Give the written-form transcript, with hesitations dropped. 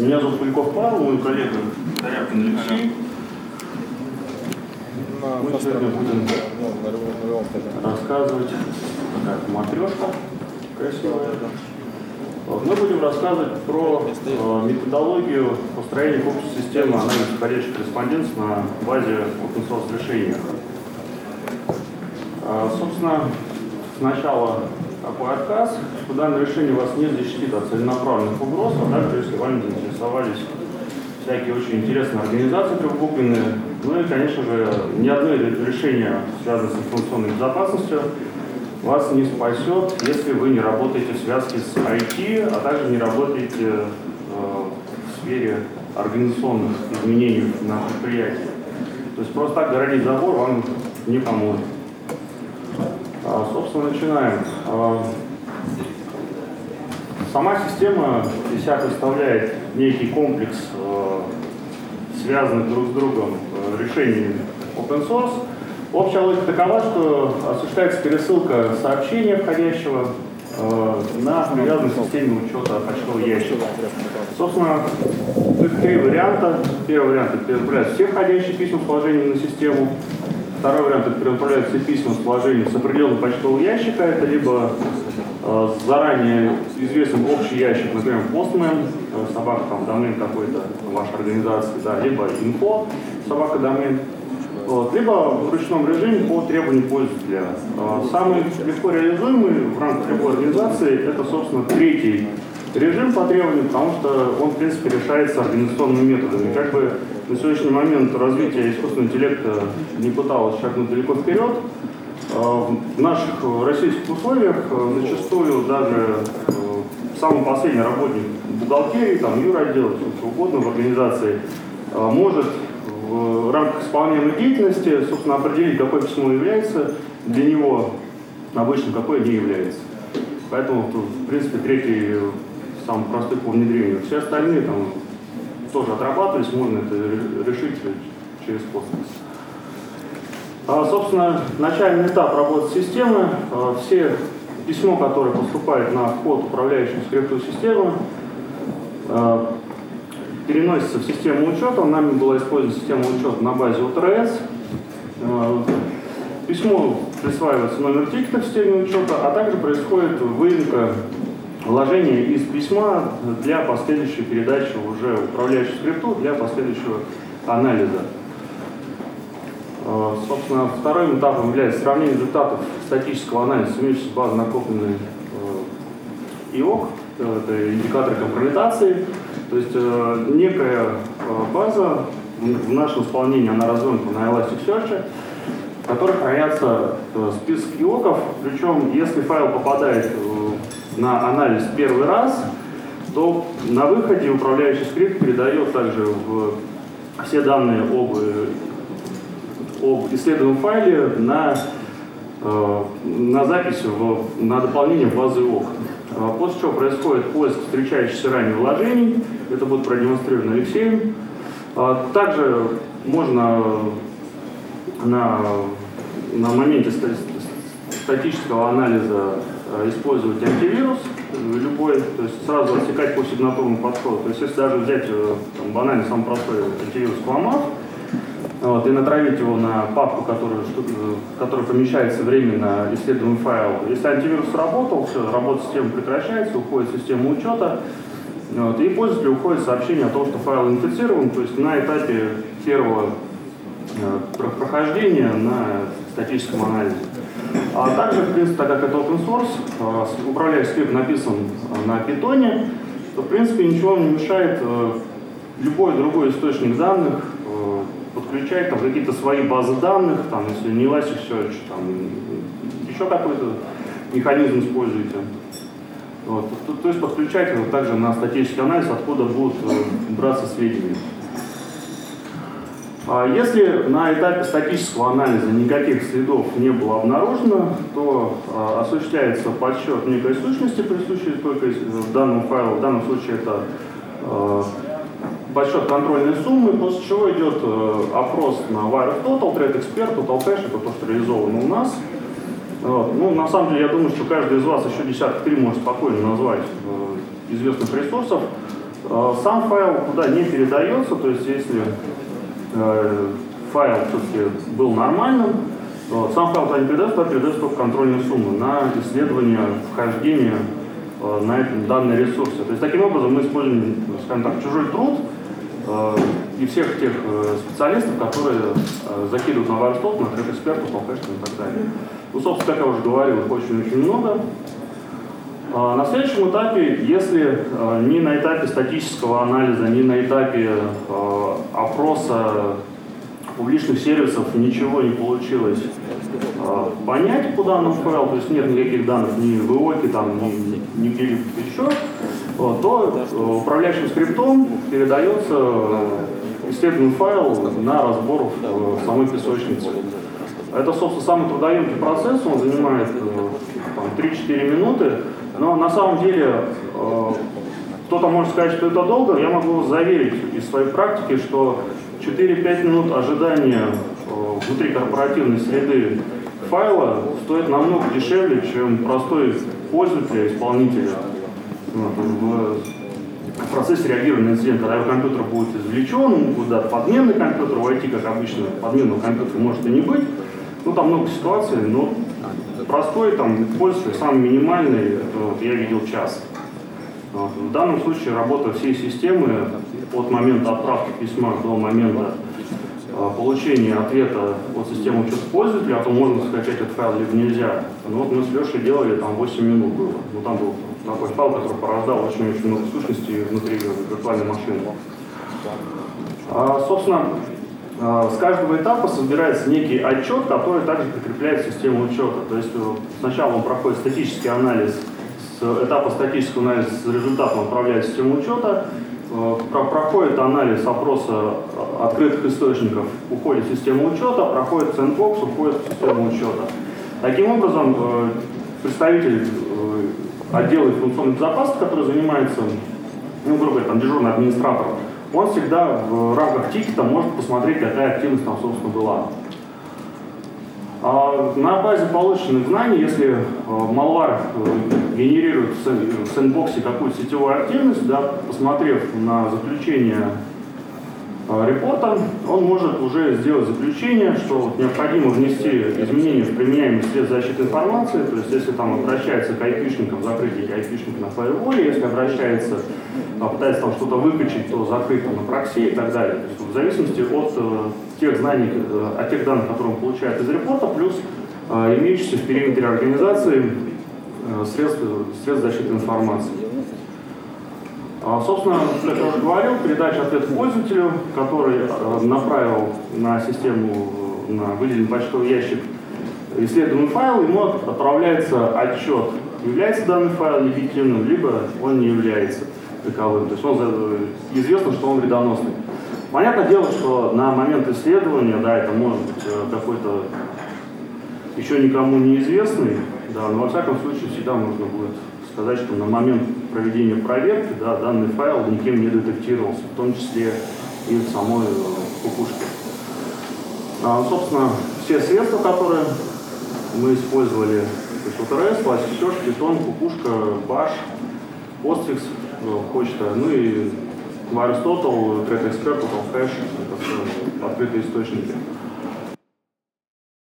Меня зовут Поляков Павел, мой коллега Корякин Алексей. Мы сегодня будем рассказывать, такая матрешка красивая. Мы будем рассказывать про методологию построения общей системы анализа входящих корреспонденций на базе open source решения. Собственно, сначала такой отказ, что данное решение вас не защитит от целенаправленных угроз, а также, если вами заинтересовались всякие очень интересные организации трехбуквенные, ну и, конечно же, ни одно решение, связанное с информационной безопасностью, вас не спасет, если вы не работаете в связке с IT, а также не работаете в сфере организационных изменений на предприятии. То есть просто так городить забор вам не поможет. Собственно, начинаем. Сама система из себя представляет некий комплекс связанных друг с другом решений open source. Общая логика такова, что осуществляется пересылка сообщения входящего на привязанной системе учета почтового ящика. Собственно, их три варианта. Первый вариант — это перенаправляют все входящие письма с положением на систему. Второй вариант — это перенаправляют все письма с положением с определенного почтового ящика. Это либо заранее известный общий ящик, например, Postman, собака, там, домен какой-то вашей организации, да, либо info, собака, домен. Вот, либо в ручном режиме по требованию пользователя. Самый легко реализуемый в рамках любой организации — это, собственно, третий режим по требованию, потому что он, в принципе, решается организационными методами. Как бы на сегодняшний момент развитие искусственного интеллекта не пыталось шагнуть далеко вперед, в наших российских условиях зачастую даже самый последний работник бухгалтерии, там, юротдела, что угодно в организации, может в рамках исполняемой деятельности, собственно, определить, какое письмо является для него обычно, какое не является. Поэтому, в принципе, третий самый простой по внедрению. Все остальные там тоже отрабатывались, можно это решить через космос. Собственно, начальный этап работы системы. Все письмо, которое поступает на вход управляющего скрипту системы, переносится в систему учета. Нами была использована система учета на базе OTRS. Письмо присваивается номер тикета в системе учета, а также происходит выемка вложения из письма для последующей передачи уже управляющему скрипту для последующего анализа. Собственно, вторым этапом является сравнение результатов статического анализа с имеющейся базой накопленной IOC, это индикаторы компрометации. То есть некая база, в нашем исполнении она развернута на Elasticsearch, в которой хранятся список IOC, причем если файл попадает на анализ первый раз, то на выходе управляющий скрипт передает также все данные об исследуемом файле на запись, на дополнение в базу IOC. После чего происходит поиск встречающихся ранее вложений. Это будет продемонстрировано Алексеем. Также можно на моменте статического анализа использовать антивирус любой, то есть сразу отсекать по сигнатурному подходу. То есть если даже взять там, банально самый простой антивирус Clamaf, и натравить его на папку, которая помещается временно исследуемый файл. Если антивирус сработал, все, работа системы прекращается, уходит система учета, и пользователю уходит сообщение о том, что файл инфицирован, то есть на этапе первого прохождения на статическом анализе. А также, в принципе, так как это open source, управляющий скрипт написан на Python, то, в принципе, ничего не мешает любой другой источник данных подключать там какие-то свои базы данных, там, если не Elasticsearch, там, еще какой-то механизм используете. Вот. То есть подключать его также на статический анализ, откуда будут браться сведения. Если на этапе статического анализа никаких следов не было обнаружено, то осуществляется подсчет некой сущности, присущей только данному файлу. В данном случае это подсчет контрольной суммы, после чего идет опрос на VARIF-Total, ThreatExpert, TotalCache, это то, что реализовано у нас. Вот. Ну, на самом деле, я думаю, что каждый из вас еще десяток-три может спокойно назвать известных ресурсов, Сам файл туда не передается, то есть если файл все-таки был нормальным, сам файл туда не передается, туда передается только контрольную сумму на исследование вхождения на данные ресурсы. То есть таким образом мы используем, скажем так, чужой труд и всех тех специалистов, которые закидывают на Wirestalk, на ThreadExpert, Полкэшн и так далее. Ну, собственно, как я уже говорил, их очень-очень много. На следующем этапе, если ни на этапе статического анализа, ни на этапе опроса публичных сервисов ничего не получилось понять по данному файлу, то есть нет никаких данных ни в ИОКе, ни где-либо еще, то управляющим скриптом передается исследуемый файл на разбор в самой песочнице. Это, собственно, самый трудоемкий процесс, он занимает 3-4 минуты, но на самом деле кто-то может сказать, что это долго, я могу заверить из своей практики, что 4-5 минут ожидания внутри корпоративной среды файла стоит намного дешевле, чем простой пользователь, исполнитель в процессе реагирования на инцидент. Когда компьютер будет извлечен, куда подменный компьютер войти, как обычно, подменного компьютера может и не быть. Ну, там много ситуаций, но простой пользователь, самый минимальный, я видел час. В данном случае работа всей системы от момента отправки письма до момента получения ответа от системы учета пользователя, а то можно скачать этот файл, либо нельзя. Ну, вот мы с Лешей делали, 8 минут было. Ну, там был такой файл, который порождал очень-очень много сущностей внутри виртуальной машины. Собственно, с каждого этапа собирается некий отчет, который также прикрепляет в систему учета. То есть сначала он проходит статический анализ, с этапа статического анализа с результатом отправляет в систему учета, проходит анализ опроса открытых источников, уходит в систему учета, проходит сэндбокс, уходит в систему учета. Таким образом, представитель отдела информационной безопасности, который занимается, грубо говоря, дежурный администратор, он всегда в рамках тикета может посмотреть, какая активность там, собственно, была. На базе полученных знаний, если malware генерирует в сэндбоксе какую-то сетевую активность, посмотрев на заключение репорта, он может уже сделать заключение, что необходимо внести изменения в применяемый средств защиты информации, то есть если там обращается к айпишникам, закрыть эти айпишники на фаерволе, если обращается, пытается там что-то выкачать, то закрыть на прокси и так далее. То есть, в зависимости от тех знаний, от тех данных, которые он получает из репорта, плюс имеющиеся в периметре организации средств защиты информации. Собственно, как я уже говорил, передача ответа пользователю, который направил на систему, на выделенный почтовый ящик исследуемый файл, ему отправляется отчет, является данный файл легитимным, либо он не является таковым. То есть известно, что он вредоносный. Понятное дело, что на момент исследования, это может быть какой-то еще никому неизвестный, но во всяком случае всегда можно будет сказать, что на момент проведения проверки данный файл никем не детектировался, в том числе и в самой кукушке. Собственно, все средства, которые мы использовали, то есть ОТРС, Elasticsearch, Python, кукушка, Bash, Postfix, почта, и VirusTotal, ThreadExpert, TotalHash, это все открытые источники.